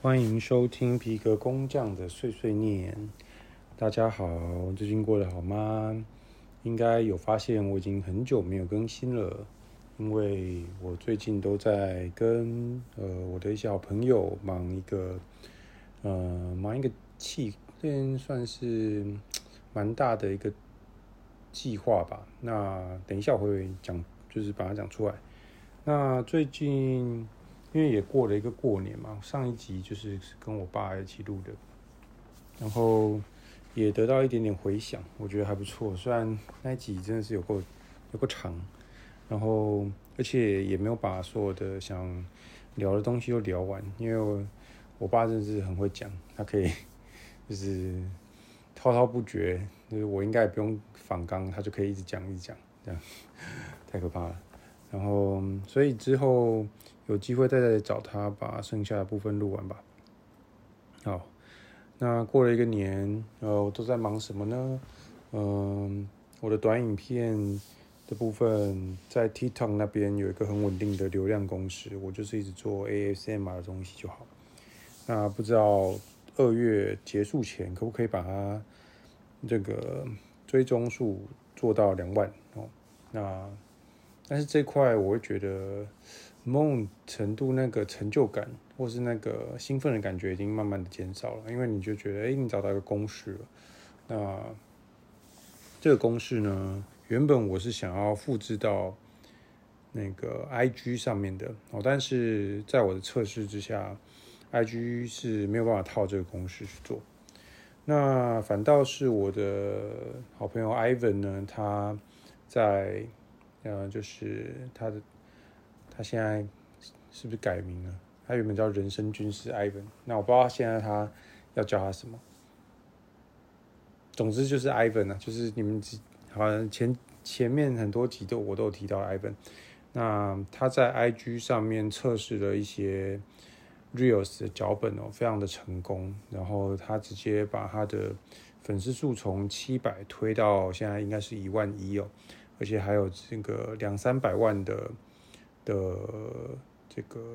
欢迎收听皮革工匠的碎碎念。大家好，最近过得好吗？应该有发现我已经很久没有更新了，因为我最近都在跟我的一些好朋友忙一个这算是蛮大的一个计划吧。那等一下我会讲，就是把它讲出来。那最近因为也过了一个过年嘛，上一集就是跟我爸一起录的，然后也得到一点点回响，我觉得还不错。虽然那一集真的是有够长，然后而且也没有把所有的想聊的东西都聊完，因为我爸真的是很会讲，他可以就是滔滔不绝，就是我应该也不用访纲，他就可以一直讲，这样太可怕了。然后，所以之后有机会再找他把剩下的部分录完吧。好，那过了一个年，我都在忙什么呢？我的短影片的部分在 TikTok 那边有一个很稳定的流量公式，我就是一直做 ASMR 的东西就好。那不知道2月结束前可不可以把它这个追踪数做到2万哦？但是这块我会觉得某种程度那个成就感或是那个兴奋的感觉已经慢慢的减少了，因为你就觉得你找到一个公式了。那这个公式呢，原本我是想要复制到那个 IG 上面的但是在我的测试之下，IG 是没有办法套这个公式去做。那反倒是我的好朋友 Ivan 呢，他在就是他现在是不是改名了？他原本叫人生军师 Ivan， 那我不知道现在他要叫他什么。总之就是 Ivan 啊，就是你们好像前面很多集我都有提到 Ivan。那他在 IG 上面测试了一些 Reels 的脚本非常的成功。然后他直接把他的粉丝数从700推到现在应该是11000哦，而且还有这个200-300万的这个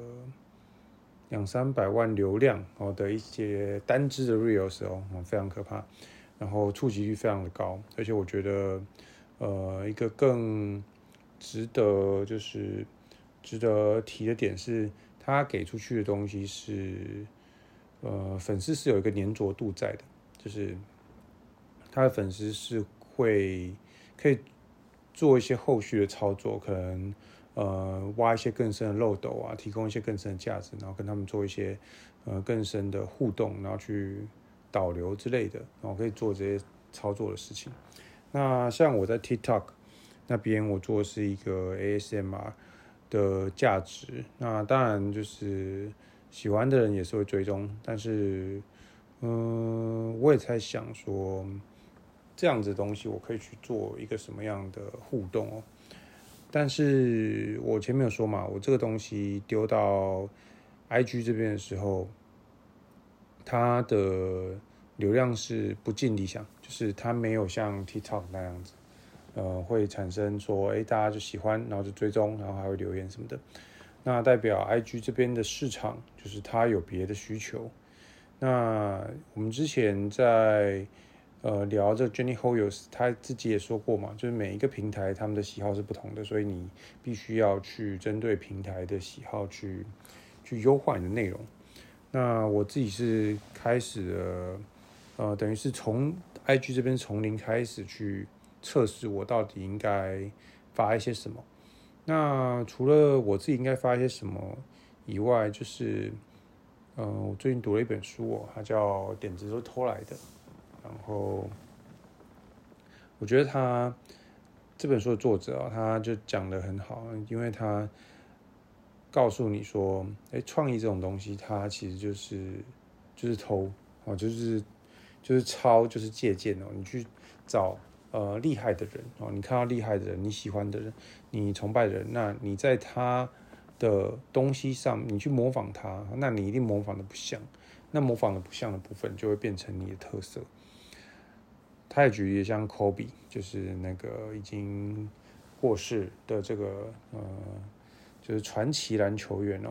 200-300万流量的一些单支的 Reels 非常可怕。然后触及率非常的高，而且我觉得一个更值得提的点是，他给出去的东西是粉丝是有一个粘着度在的，就是他的粉丝是可以做一些后续的操作，可能挖一些更深的漏斗啊，提供一些更深的价值，然后跟他们做一些更深的互动，然后去导流之类的，然后可以做这些操作的事情。那像我在 TikTok 那边，我做的是一个 ASMR 的价值。那当然就是喜欢的人也是会追踪，但是我也在想说，这样子的东西我可以去做一个什么样的互动但是我前面有说嘛，我这个东西丢到 IG 这边的时候，它的流量是不尽理想，就是它没有像 TikTok 那样子，会产生说，大家就喜欢，然后就追踪，然后还会留言什么的。那代表 IG 这边的市场就是它有别的需求。那我们之前在聊这 Jenny Hoyos， 他自己也说过嘛，就是每一个平台他们的喜好是不同的，所以你必须要去针对平台的喜好去优化你的内容。那我自己是开始了，等于是从 IG 这边从零开始去测试我到底应该发一些什么。那除了我自己应该发一些什么以外，就是我最近读了一本书它叫《点子都偷来的》，然后我觉得这本书的作者他就讲得很好，因为他告诉你说，创意这种东西，它其实就是偷就是抄，就是借鉴你去找厉害的人你看到厉害的人，你喜欢的人，你崇拜的人，那你在他的东西上，你去模仿他，那你一定模仿的不像，那模仿的不像的部分就会变成你的特色。他也举例像 Kobe， 就是那个已经过世的这个就是传奇篮球员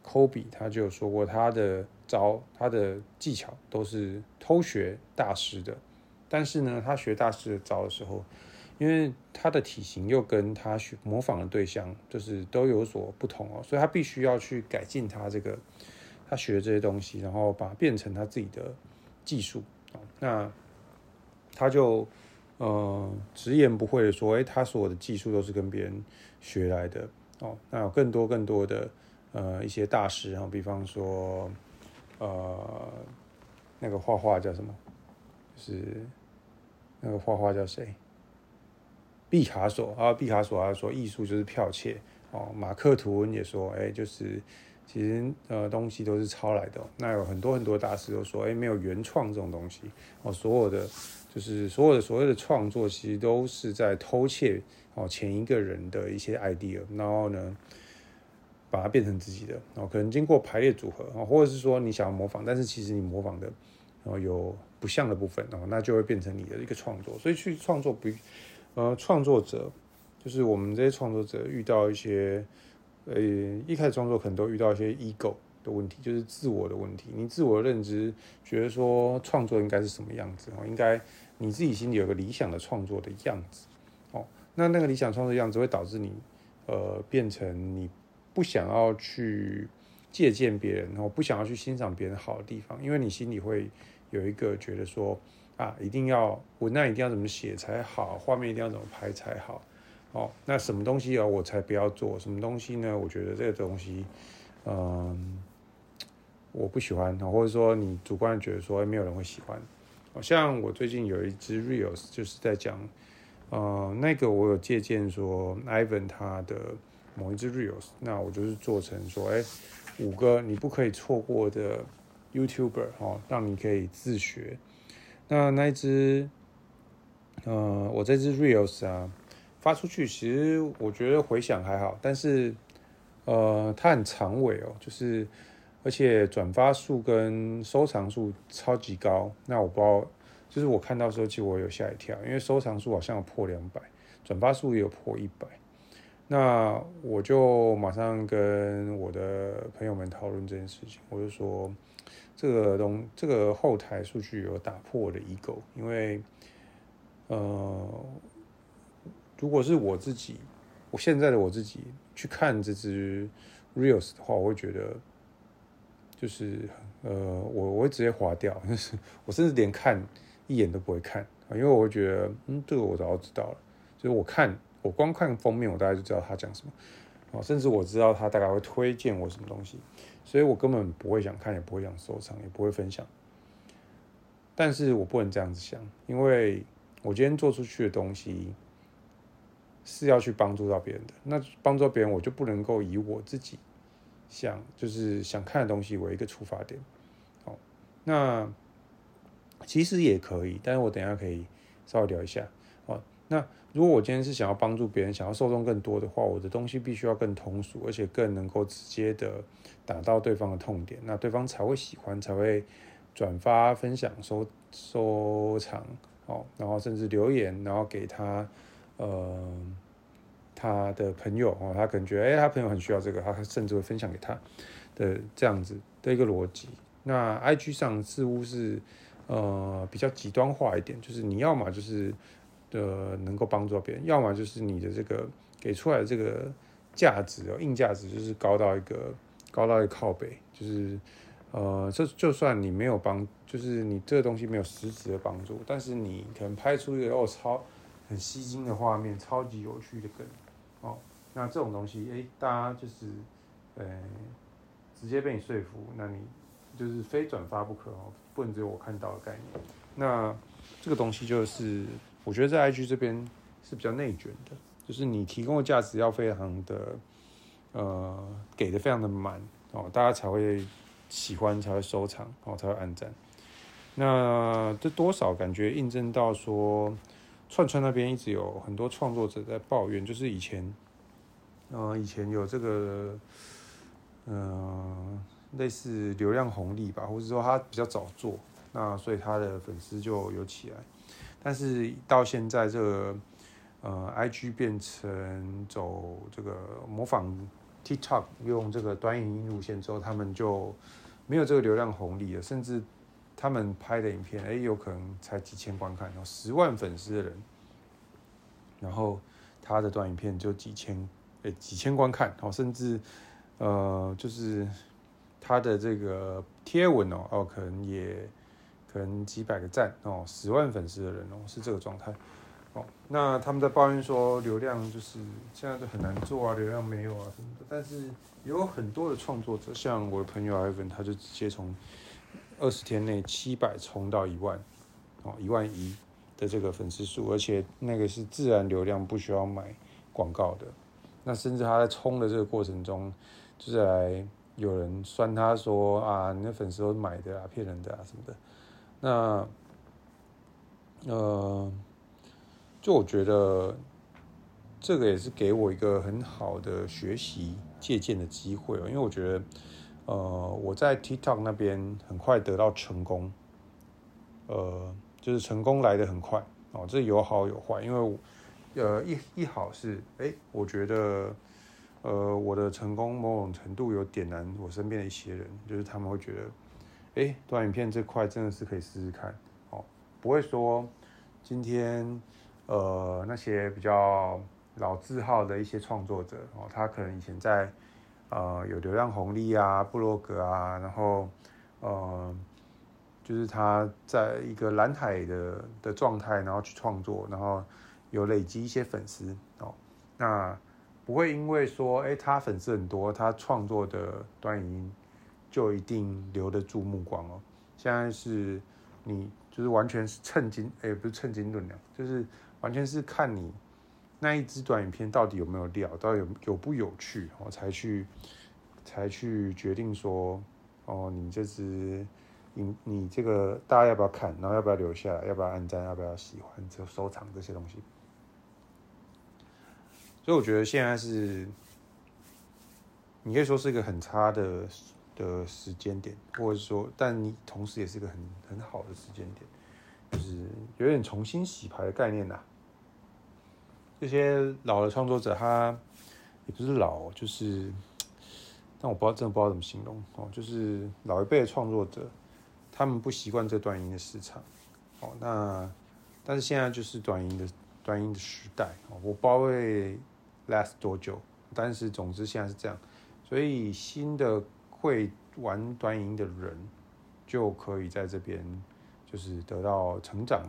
Kobe 他就有说过，他的技巧都是偷学大师的，但是呢，他学大师的招的时候，因为他的体型又跟他模仿的对象就是都有所不同所以他必须要去改进他学的这些东西，然后把它变成他自己的技术那他就直言不讳的说，他所有的技术都是跟别人学来的那有更多的一些大师比方说那个画画叫什么？就是那个画画叫谁？毕卡索他说艺术就是剽窃马克吐温也说就是其实东西都是抄来的那有很多大师都说没有原创这种东西所有的所谓的创作其实都是在偷窃前一个人的一些 idea， 然后呢把它变成自己的可能经过排列组合或者是说你想要模仿，但是其实你模仿的有不像的部分那就会变成你的一个创作。所以去创作创作者就是我们这些创作者遇到一些一开始创作可能都遇到一些 ego 的问题，就是自我的问题。你自我的认知觉得说创作应该是什么样子应该你自己心里有个理想的创作的样子那个理想创作样子会导致你变成你不想要去借鉴别人不想要去欣赏别人好的地方，因为你心里会有一个觉得说一定要文案一定要怎么写才好，画面一定要怎么拍才好那什么东西我才不要做，什么东西呢？我觉得这个东西我不喜欢或者说你主观觉得说没有人会喜欢像我最近有一支 reels 就是在讲那个我有借鉴说 Ivan 他的某一支 reels， 那我就是做成说5个你不可以错过的 YouTuber 让你可以自学。那一支我这支 reels 发出去，其实我觉得回响还好，但是它很长尾就是而且转发数跟收藏数超级高，那我不知道，就是我看到的时候其实我有吓一跳，因为收藏数好像有破200，转发数也有破100，那我就马上跟我的朋友们讨论这件事情，我就说这个后台数据有打破我的 ego， 因为如果是我现在的我自己去看这支 reels 的话，我会觉得就是我会直接滑掉，就是我甚至连看一眼都不会看因为我会觉得这个我早就知道了，就是我光看封面我大概就知道他讲什么甚至我知道他大概会推荐我什么东西，所以我根本不会想看，也不会想收藏，也不会分享。但是我不能这样子想，因为我今天做出去的东西是要去帮助到别人的，那帮助到别人我就不能够以我自己就是想看的东西为一个出发点那其实也可以，但是我等一下可以稍微聊一下那如果我今天是想要帮助别人，想要受众更多的话，我的东西必须要更通俗，而且更能够直接的打到对方的痛点，那对方才会喜欢，才会转发、分享、收藏然后甚至留言，然后给他他的朋友他可能觉得他朋友很需要这个，他甚至会分享给他的这样子的一个逻辑。那 IG 上似乎是比较极端化一点，就是你要嘛就是能够帮助到别人，要么就是你的这个给出来的这个价值硬价值就是高到一个靠北，就是就算你没有就是你这个东西没有实质的帮助，但是你可能拍出一个很吸睛的画面，超级有趣的梗那这种东西大家就是直接被你说服，那你就是非转发不可不能只有我看到的概念。那这个东西就是我觉得在 IG 这边是比较内卷的，就是你提供的价值要非常的给的非常的满大家才会喜欢，才会收藏才会按赞。那这多少感觉印证到说串串那边一直有很多创作者在抱怨，就是以前有这个类似流量红利吧，或者说他比较早做，那所以他的粉丝就有起来。但是到现在这个IG 变成走这个模仿 TikTok 用这个短影音路线之后，他们就没有这个流量红利了，甚至他们拍的影片，有可能才几千观看，10万粉丝的人，然后他的短影片就几千观看，甚至就是他的这个贴文可能几百个赞，10万粉丝的人是这个状态。那他们在抱怨说流量就是现在就很难做啊，流量没有啊什么的。但是有很多的创作者，像我的朋友 Ivan， 他就直接从20天内700冲到1万，11000的这个粉丝数，而且那个是自然流量，不需要买广告的。那甚至他在冲的这个过程中，就是有人酸他说啊，你的粉丝都买的啊，骗人的啊什么的。那就我觉得这个也是给我一个很好的学习借鉴的机会，因为我觉得我在 TikTok 那边很快得到成功，就是成功来得很快这有好有坏，因为一好是我觉得我的成功某种程度有点燃我身边的一些人，就是他们会觉得短影片这块真的是可以试试看不会说今天那些比较老字号的一些创作者他可能以前在有流量红利啊、部落格啊，然后就是他在一个蓝海的状态，然后去创作，然后有累积一些粉丝那不会因为说他粉丝很多，他创作的短影音就一定留得住目光现在是你就是完全是不是称斤论两，就是完全是看你那一支短影片到底有没有料，到底有不有趣才去决定说你这支你这个大家要不要看，然后要不要留下来，要不要按赞，要不要喜欢，就收藏这些东西。所以我觉得现在是你可以说是一个很差的时间点，或者说，但你同时也是一个很好的时间点，就是有点重新洗牌的概念呐。这些老的创作者，他也不是老，就是，但我真的不知道怎么形容就是老一辈的创作者，他们不习惯这短音的市场但是现在就是短音的时代我不知道会 last 多久，但是总之现在是这样，所以新的会玩短影音的人就可以在这边就是得到成长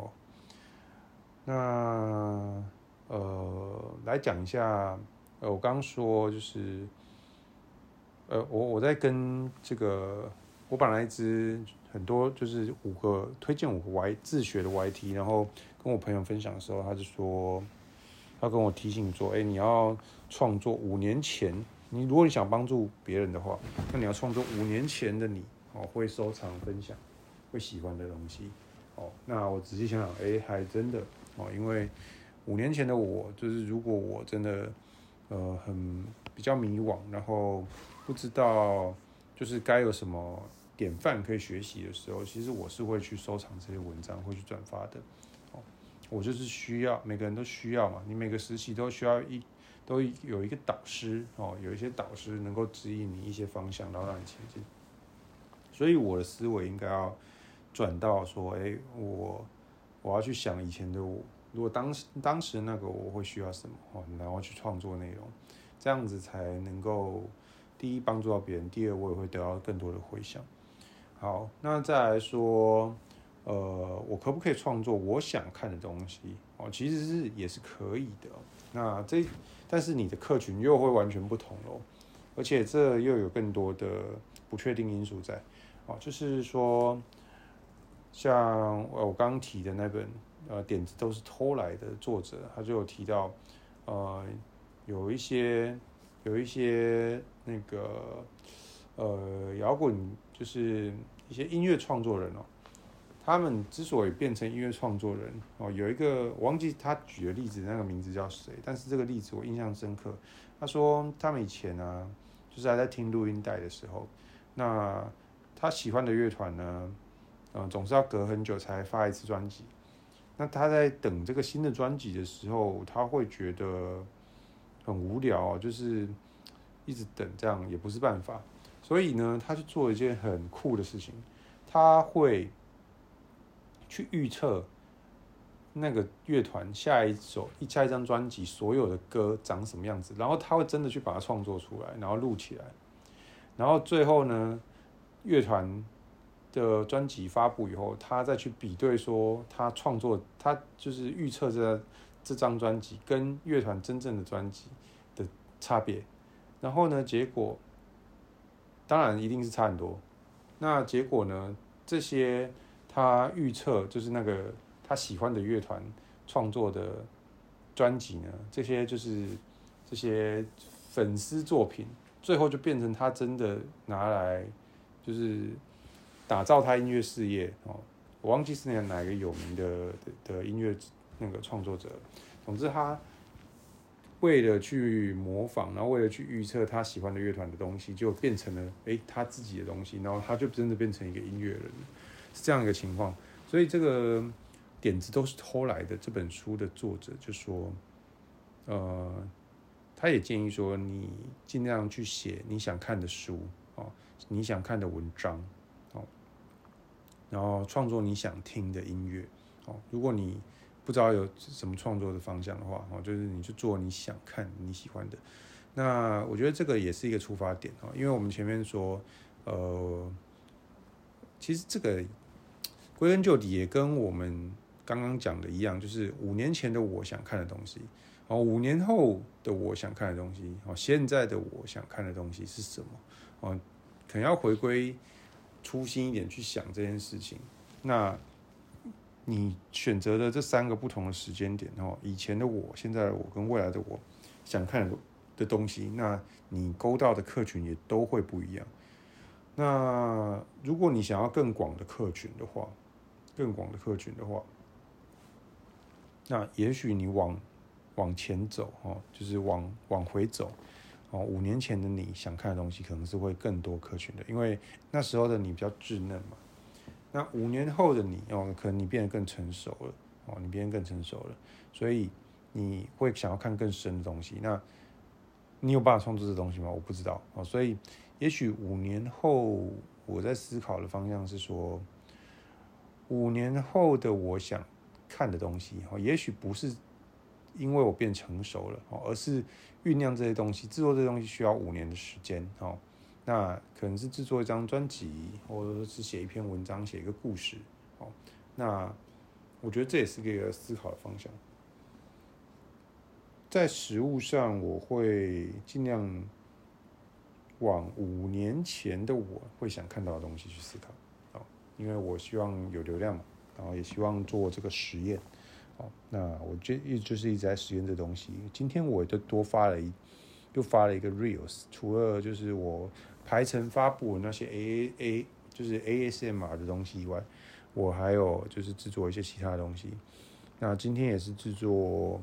那来讲一下我刚说就是我在跟这个我本来很多就是推荐5个自学的 YT， 然后跟我朋友分享的时候，他就说他跟我提醒说你要创作5年前，如果你想帮助别人的话，那你要创作5年前的你会收藏分享会喜欢的东西那我仔细想想还真的因为5年前的我，就是如果我真的比较迷惘，然后不知道就是该有什么典范可以学习的时候，其实我是会去收藏这些文章，会去转发的我就是需要，每个人都需要嘛，你每个时期都需要都有一个导师有一些导师能够指引你一些方向，然后让你前进。所以我的思维应该要转到说我要去想以前的我，如果当时那个我会需要什么然后去创作内容，这样子才能够第一帮助到别人，第二我也会得到更多的回响。好，那再来说我可不可以创作我想看的东西其实也是可以的但是你的客群又会完全不同咯，而且这又有更多的不确定因素在就是说像我刚刚提的那本点子都是偷来的作者，他就有提到有一些那个摇滚，就是一些音乐创作人他们之所以变成音乐创作人有一个我忘记他举的例子，那个名字叫谁，但是这个例子我印象深刻。他说他们以前就是还在听录音带的时候，那他喜欢的乐团呢总是要隔很久才发一次专辑。那他在等这个新的专辑的时候，他会觉得很无聊就是一直等，这样也不是办法。所以呢，他去做一件很酷的事情，他会去预测那个乐团下一张专辑所有的歌长什么样子，然后他会真的去把它创作出来，然后录起来，然后最后呢，乐团的专辑发布以后，他再去比对说他就是预测这张专辑跟乐团真正的专辑的差别，然后呢，结果当然一定是差很多。那结果呢，这些他预测就是那个他喜欢的乐团创作的专辑呢，这些粉丝作品，最后就变成他真的拿来就是打造他音乐事业哦。我忘记是哪一个有名的音乐那个创作者，总之他为了去模仿，然后为了去预测他喜欢的乐团的东西，就变成了他自己的东西，然后他就真的变成一个音乐人，是这样一个情况。所以这个点子都是偷来的。这本书的作者就说，他也建议说，你尽量去写你想看的书哦，你想看的文章哦，然后创作你想听的音乐哦。如果你不知道有什么创作的方向的话，就是你去做你想看、你喜欢的。那我觉得这个也是一个出发点，因为我们前面说，其实这个归根究底也跟我们刚刚讲的一样，就是5年前的我想看的东西，5年后的我想看的东西，现在的我想看的东西是什么？可能要回归初心一点去想这件事情。那你选择的这3个不同的时间点，以前的我、现在的我跟未来的我想看的东西，那你勾到的客群也都会不一样。那如果你想要更广的客群的话，那也许你往前走，就是往回走，5年前的你想看的东西可能是会更多客群的，因为那时候的你比较稚嫩嘛。那5年后的你，可能你变得更成熟了，所以你会想要看更深的东西。那你有办法创作这东西吗？我不知道，所以也许5年后我在思考的方向是说，5年后的我想看的东西，也许不是因为我变成熟了，而是酝酿这些东西、制作这些东西需要5年的时间，那可能是制作一张专辑，或者是写一篇文章、写一个故事，那我觉得这也是一个思考的方向。在实务上，我会尽量往5年前的我会想看到的东西去思考，因为我希望有流量嘛，然后也希望做这个实验，那我就是一直在实验这东西。今天我就又发了一个 reels， 除了就是我排程发布的那些就是 ASMR 的东西以外，我还有就是制作一些其他的东西。那今天也是制作，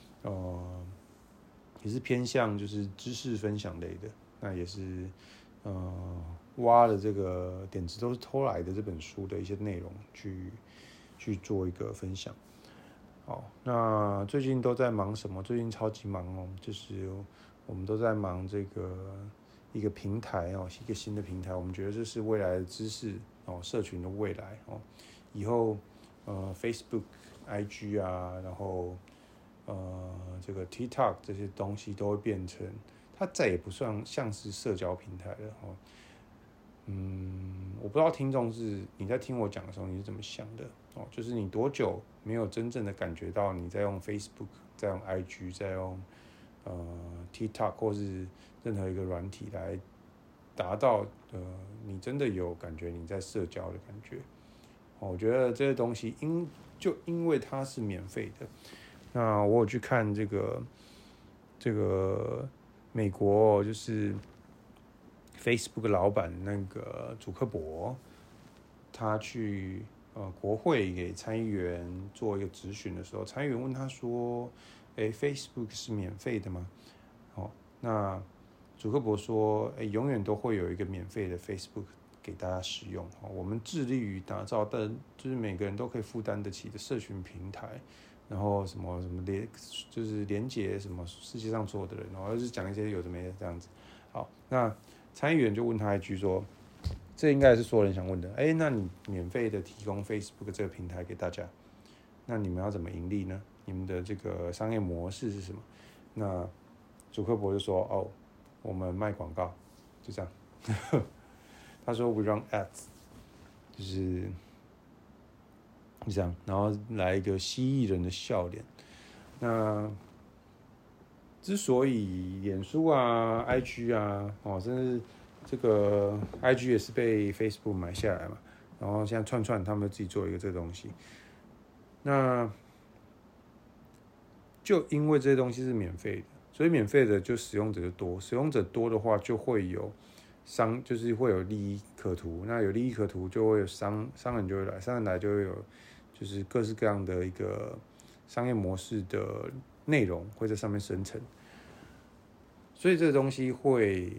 也是偏向就是知识分享类的。那也是挖了这个点子都是偷来的这本书的一些内容去做一个分享。好，那最近都在忙什么？最近超级忙哦，就是我们都在忙这个一个平台哦，一个新的平台。我们觉得这是未来的知识社群的未来哦。以后Facebook、IG 啊，然后这个 TikTok 这些东西都会变成，它再也不算像是社交平台了哦。我不知道听众是你在听我讲的时候你是怎么想的哦？就是你多久没有真正的感觉到你在用 Facebook、在用 IG、在用TikTok 或是任何一个软体来达到你真的有感觉你在社交的感觉？我觉得这些东西因为它是免费的，那我有去看这个美国就是 Facebook 老板那个祖克伯，他去国会给参议员做一个质询的时候，参议员问他说：“Facebook 是免费的吗？”那祖克伯说：“永远都会有一个免费的 Facebook 给大家使用。我们致力于打造就是每个人都可以负担得起的社群平台。”然后什么就是连接什么世界上所有的人，然后就是讲一些有的没的这样子。 好，那参议员就问他一句说，这应该是所有人想问的，那你免费的提供 Facebook 这个平台给大家，那你们要怎么盈利呢？你们的这个商业模式是什么？那祖克伯就说，我们卖广告，就这样。他说 We run ads， 就是这样，然后来一个蜥蜴人的笑脸。那之所以脸书啊、IG 啊，甚至这个 IG 也是被 Facebook 买下来嘛，然后现在串他们自己做一个这个东西，那就因为这些东西是免费的，所以免费的就使用者就多，使用者多的话就会有就是会有利益可图，那有利益可图就会有商人就会来，商人来就会有就是各式各样的一个商业模式的内容会在上面生成，所以这个东西会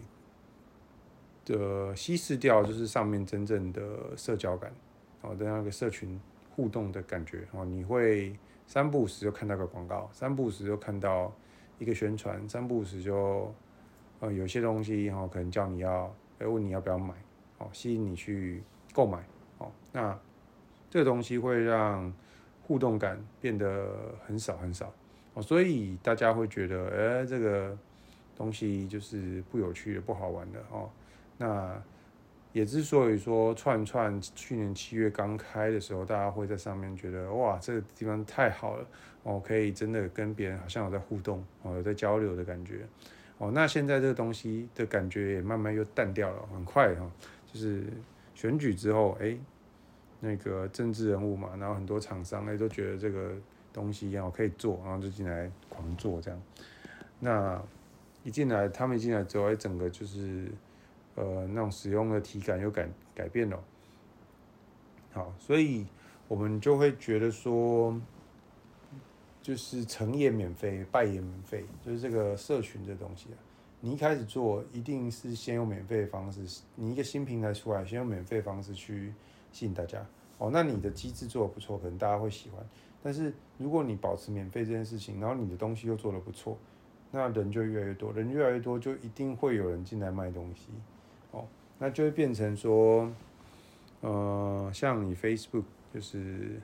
稀释掉就是上面真正的社交感的那个社群互动的感觉你会三不五时就看到个广告，三不五时就看到一个宣传，三不五时就有些东西可能叫你问你要不要买吸引你去购买那这个东西会让互动感变得很少很少所以大家会觉得这个东西就是不有趣的、不好玩的那也之所以说串去年7月刚开的时候，大家会在上面觉得哇，这个地方太好了可以真的跟别人好像有在互动有在交流的感觉那现在这个东西的感觉也慢慢又淡掉了，很快就是选举之后那个政治人物嘛，然后很多厂商都觉得这个东西可以做，然后就进来狂做这样。那他们一进来之后，整个就是那种使用的体感又改变了。好，所以我们就会觉得说，就是成也免费，败也免费，就是这个社群这东西你一开始做，一定是先用免费的方式，你一个新平台出来，先用免费的方式去吸引大家那你的机制做得不错，可能大家会喜欢。但是如果你保持免费这件事情，然后你的东西又做得不错，那人就越来越多，人越来越多，就一定会有人进来卖东西那就会变成说像你 Facebook 就是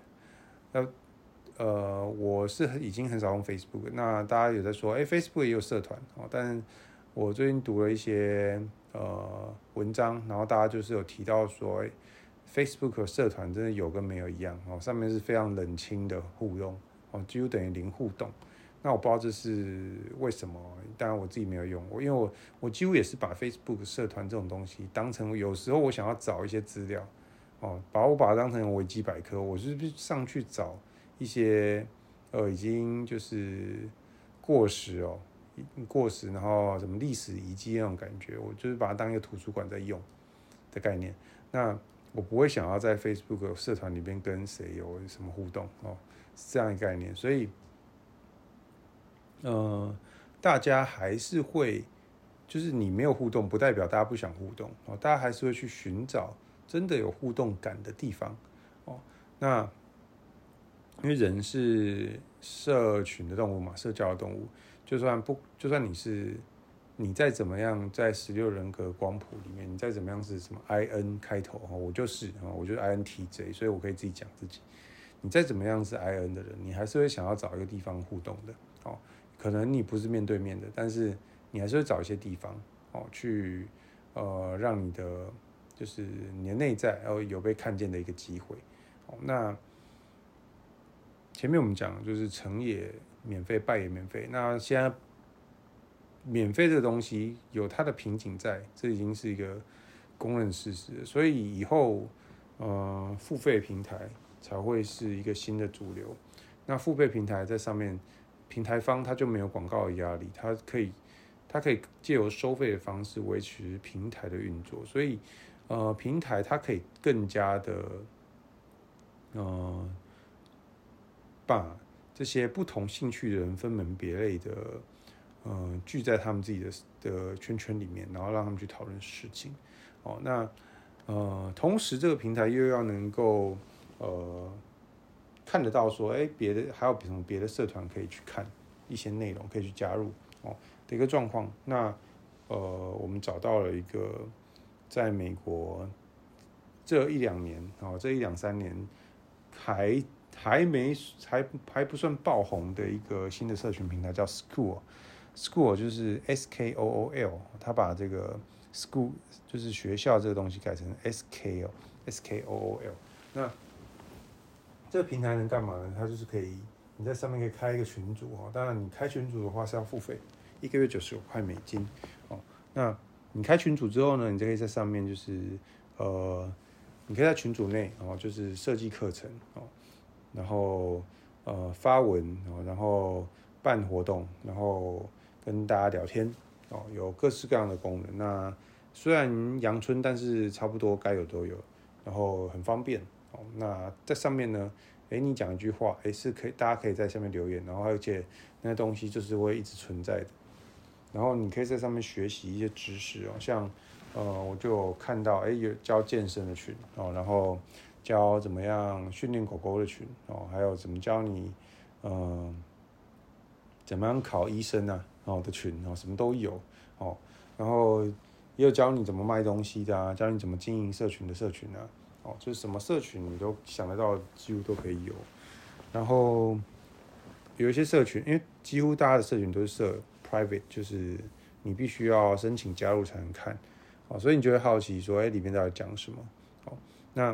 我是已经很少用 Facebook， 那大家有在说Facebook 也有社团但我最近读了一些文章，然后大家就是有提到说Facebook 社团真的有跟没有一样上面是非常冷清的互动几乎等于零互动。那我不知道这是为什么，当然我自己没有用，因为我几乎也是把 Facebook 社团这种东西当成有时候我想要找一些资料把它当成维基百科，我就是上去找一些已经就是过时，然后什么历史遗迹那种感觉，我就是把它当一个图书馆在用的概念。那我不会想要在 Facebook 社团里面跟谁有什么互动是这样一个概念。所以大家还是会，就是你没有互动，不代表大家不想互动大家还是会去寻找真的有互动感的地方那因为人是社群的动物嘛，社交的动物，就算你再怎么样，在16人格光谱里面，你再怎么样是什么 IN 开头我就是 INTJ， 所以我可以自己讲自己。你再怎么样是 IN 的人，你还是会想要找一个地方互动的可能你不是面对面的，但是你还是会找一些地方去让你的就是你的内在有被看见的一个机会那前面我们讲就是成也免费，败也免费。那现在免费的东西有它的瓶颈在，这已经是一个公认事实了。所以以后付费平台才会是一个新的主流。那付费平台在上面，平台方它就没有广告的压力，它可以借由收费的方式维持平台的运作。所以平台它可以更加的把这些不同兴趣的人分门别类的聚在他们自己的圈圈里面，然后让他们去讨论事情那同时这个平台又要能够看得到说还有什么别的社团可以去看一些内容，可以去加入的一个状况。那我们找到了一个在美国这一两年这一两三年还还没还不算爆红的一个新的社群平台叫 School 就是 SKOOL， 他把这个 School 就是学校这个东西改成 SKOOL。那这个平台能干嘛呢？它就是可以你在上面可以开一个群组当然你开群组的话是要付费，1个月$99那你开群组之后呢，你就可以在上面就是你可以在群组内就是设计课程然后发文然后办活动，然后跟大家聊天有各式各样的功能。那虽然阳春，但是差不多该有都有，然后很方便那在上面呢，你讲一句话，是可以大家可以在下面留言，然后而且那东西就是会一直存在的。然后你可以在上面学习一些知识像我就有看到有教健身的群然后教怎么样训练狗狗的群还有怎么教你怎么样考医生的群什么都有然后也有教你怎么卖东西的教你怎么经营社群的社群就是什么社群你都想得到，几乎都可以有。然后有一些社群，因为几乎大家的社群都是设 private， 就是你必须要申请加入才能看所以你就会好奇说里面到底讲什么那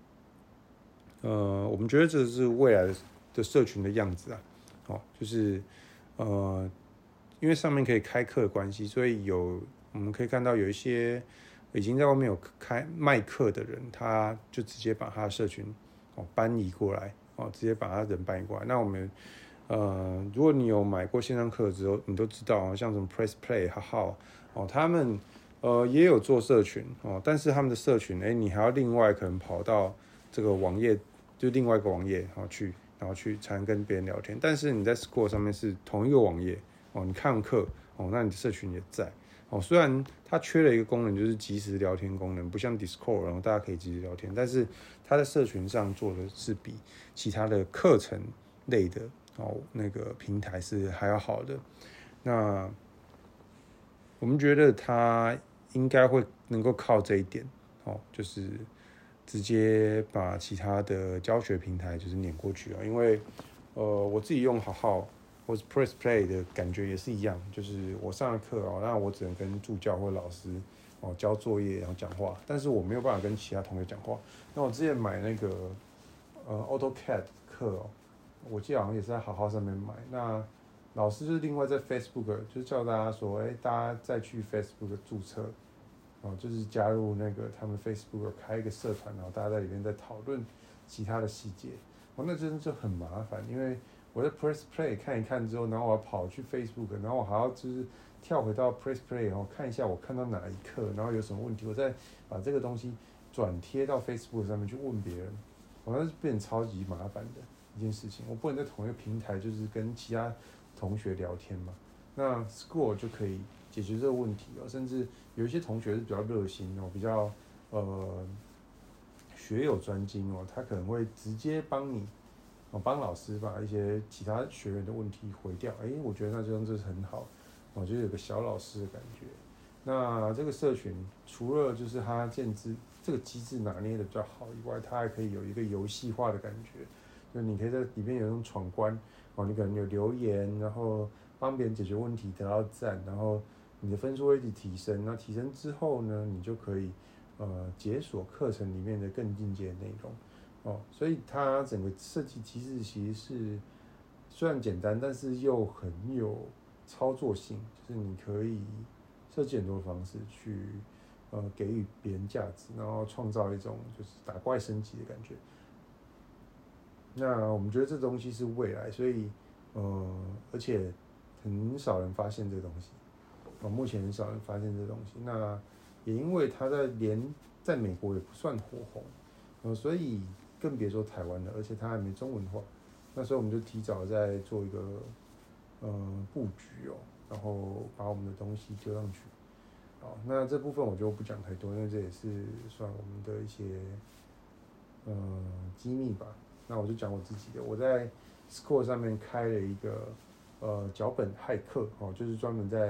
我们觉得这是未来的社群的样子就是因为上面可以开课的关系，所以我们可以看到有一些已经在外面有卖课的人，他就直接把他的社群搬移过来直接把他人搬移过来。那我们如果你有买过线上课之后，你都知道像什么 Press Play 哈哈他们也有做社群但是他们的社群你还要另外可能跑到这个网页，就另外一个网页然后去才能跟别人聊天。但是你在 School 上面是同一个网页你看完课那你的社群也在虽然它缺了一个功能，就是即时聊天功能，不像 Discord 然后大家可以即时聊天，但是它在社群上做的是比其他的课程类的那个平台是还要好的。那我们觉得它应该会能够靠这一点就是直接把其他的教学平台就是碾过去因为我自己用好好或是 Press Play 的感觉也是一样，就是我上了课那我只能跟助教或老师交作业然后讲话，但是我没有办法跟其他同学讲话。那我之前买那个AutoCAD 课我记得好像也是在好好上面买，那老师就是另外在 Facebook 就是叫大家说大家再去 Facebook 注册就是加入那个他们 Facebook 开一个社团，然后大家在里面再讨论其他的细节那真的就很麻烦，因为我在 Press Play 看一看之后，然后我要跑去 Facebook， 然后我还要就是跳回到 Press Play 看一下我看到哪一课，然后有什么问题，我再把这个东西转贴到 Facebook 上面去问别人那是变成超级麻烦的一件事情。我不能在同一个平台就是跟其他同学聊天嘛，那 School 就可以解决这个问题甚至有一些同学是比较热心比较学有专精他可能会直接帮你帮老师把一些其他学员的问题回掉我觉得那这样就是很好就是有个小老师的感觉。那这个社群除了就是它建制这个机制拿捏的比较好以外，它还可以有一个游戏化的感觉，就你可以在里面有那种闯关你可能有留言，然后帮别人解决问题得到赞，然后你的分数会一直提升。那提升之后呢，你就可以解锁课程里面的更进阶的内容所以它整个设计机制其实是虽然简单，但是又很有操作性，就是你可以设计很多方式去给予别人价值，然后创造一种就是打怪升级的感觉。那我们觉得这东西是未来，所以而且很少人发现这个东西目前很少人发现这个东西。那也因为它在美国也不算火红所以更别说台湾了，而且它还没中文化。那所以我们就提早在做一个布局然后把我们的东西丢上去。好，那这部分我就不讲太多，因为这也是算我们的一些机密吧。那我就讲我自己的，我在 Score 上面开了一个脚本骇客就是专门在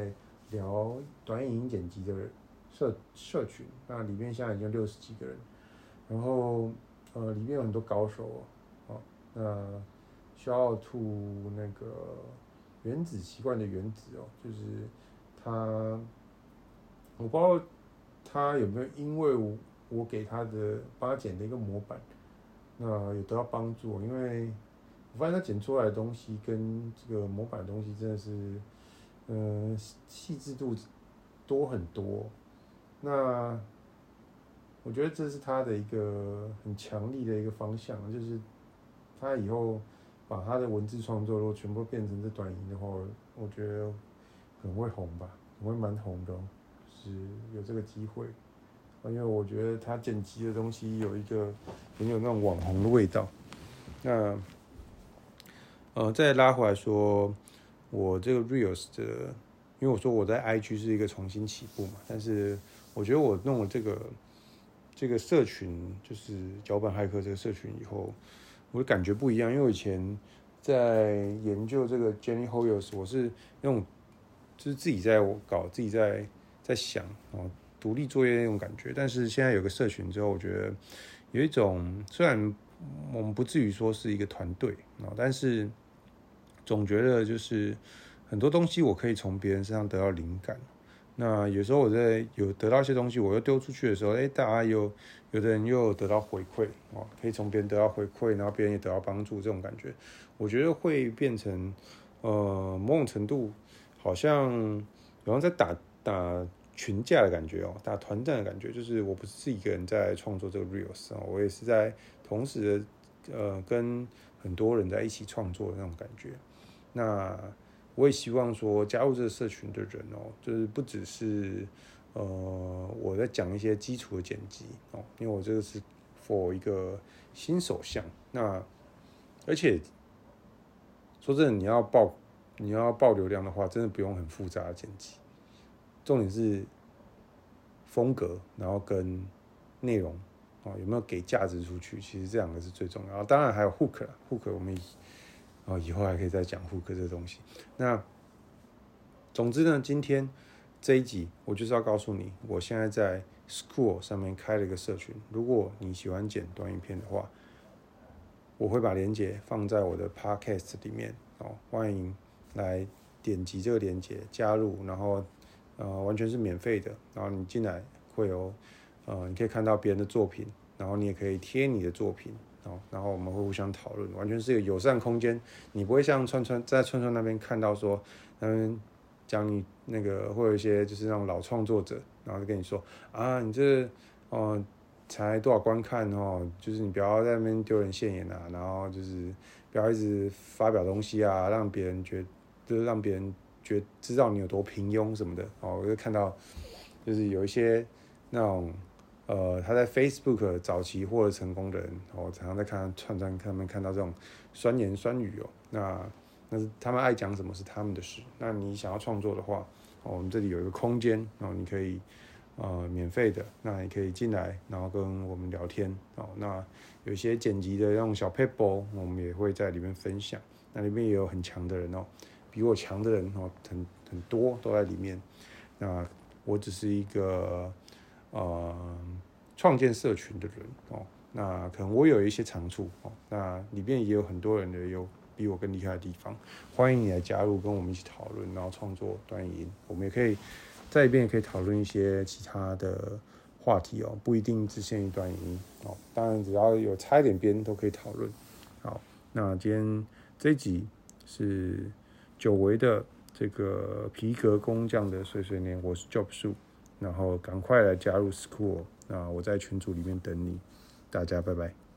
聊短影音剪辑的社群，那里面现在已经60几个人，然后里面有很多高手哦，那消耗兔那个原子习惯的原子哦，就是他，我不知道他有没有因为我给他的帮他剪的一个模板，那有得到帮助，因为我发现他剪出来的东西跟这个模板的东西真的是，细致度多很多。那我觉得这是他的一个很强力的一个方向，就是他以后把他的文字创作如果全部变成这短影的话，我觉得可能会红吧，可能会蛮红的，就是有这个机会。因为我觉得他剪辑的东西有一个很有那种网红的味道。那再拉回来说，我这个 Reels 的，因为我说我在 IG 是一个重新起步嘛，但是我觉得我弄了这个社群，就是脚本骇客这个社群以后，我的感觉不一样。因为我以前在研究这个 Jenny Hoyos， 我是那种就是自己在搞，自己在想哦，独立作业那种感觉。但是现在有个社群之后，我觉得有一种，虽然我们不至于说是一个团队，但是总觉得就是很多东西我可以从别人身上得到灵感。那有时候我在有得到一些东西，我又丢出去的时候，大家有的人又得到回馈哦，可以从别人得到回馈，然后别人也得到帮助，这种感觉，我觉得会变成某种程度好像在打群架的感觉哦，打团战的感觉，就是我不是一个人在创作这个 reels 哦，我也是在同时的跟很多人在一起创作的那种感觉。那我也希望说加入这个社群的人哦，就是不只是我在讲一些基础的剪辑哦，因为我这个是 for 一个新手项。那而且说真的，你要爆流量的话，真的不用很复杂的剪辑，重点是风格，然后跟内容哦有没有给价值出去，其实这两个是最重要的。当然还有 hook 我们以后还可以再讲 hook 这个东西。那总之呢，今天这一集我就是要告诉你，我现在在 School 上面开了一个社群，如果你喜欢剪短影片的话，我会把连结放在我的 Podcast 里面哦，欢迎来点击这个连结加入，然后完全是免费的，然后你进来会有你可以看到别人的作品，然后你也可以贴你的作品哦，然后我们会互相讨论，完全是一个友善空间。你不会像在串串那边看到说讲你那个会有一些就是那种老创作者，然后就跟你说啊，你这才多少观看哦，就是你不要在那边丢人现眼啊，然后就是不要一直发表东西啊，让别人知道你有多平庸什么的哦。我就看到就是有一些那种他在 Facebook 早期获得成功的人哦，常常在他们看到这种酸言酸语哦，那是他们爱讲什么是他们的事。那你想要创作的话，我们这里有一个空间，然后你可以免费的，那你可以进来，然后跟我们聊天哦。那有一些剪辑的那种小 paper， 我们也会在里面分享。那里面也有很强的人哦，比我强的人哦，很多都在里面。那我只是一个创建社群的人哦。那可能我有一些长处哦，那里面也有很多人有比我更厉害的地方，欢迎你来加入，跟我们一起讨论，然后创作短影音。我们也可以在一边也可以讨论一些其他的话题哦，不一定只限于短影音哦。当然，只要有插一点边都可以讨论。好，那今天这一集是久违的这个皮革工匠的碎碎念，我是 Job 树，然后赶快来加入 School，那我在群组里面等你，大家拜拜。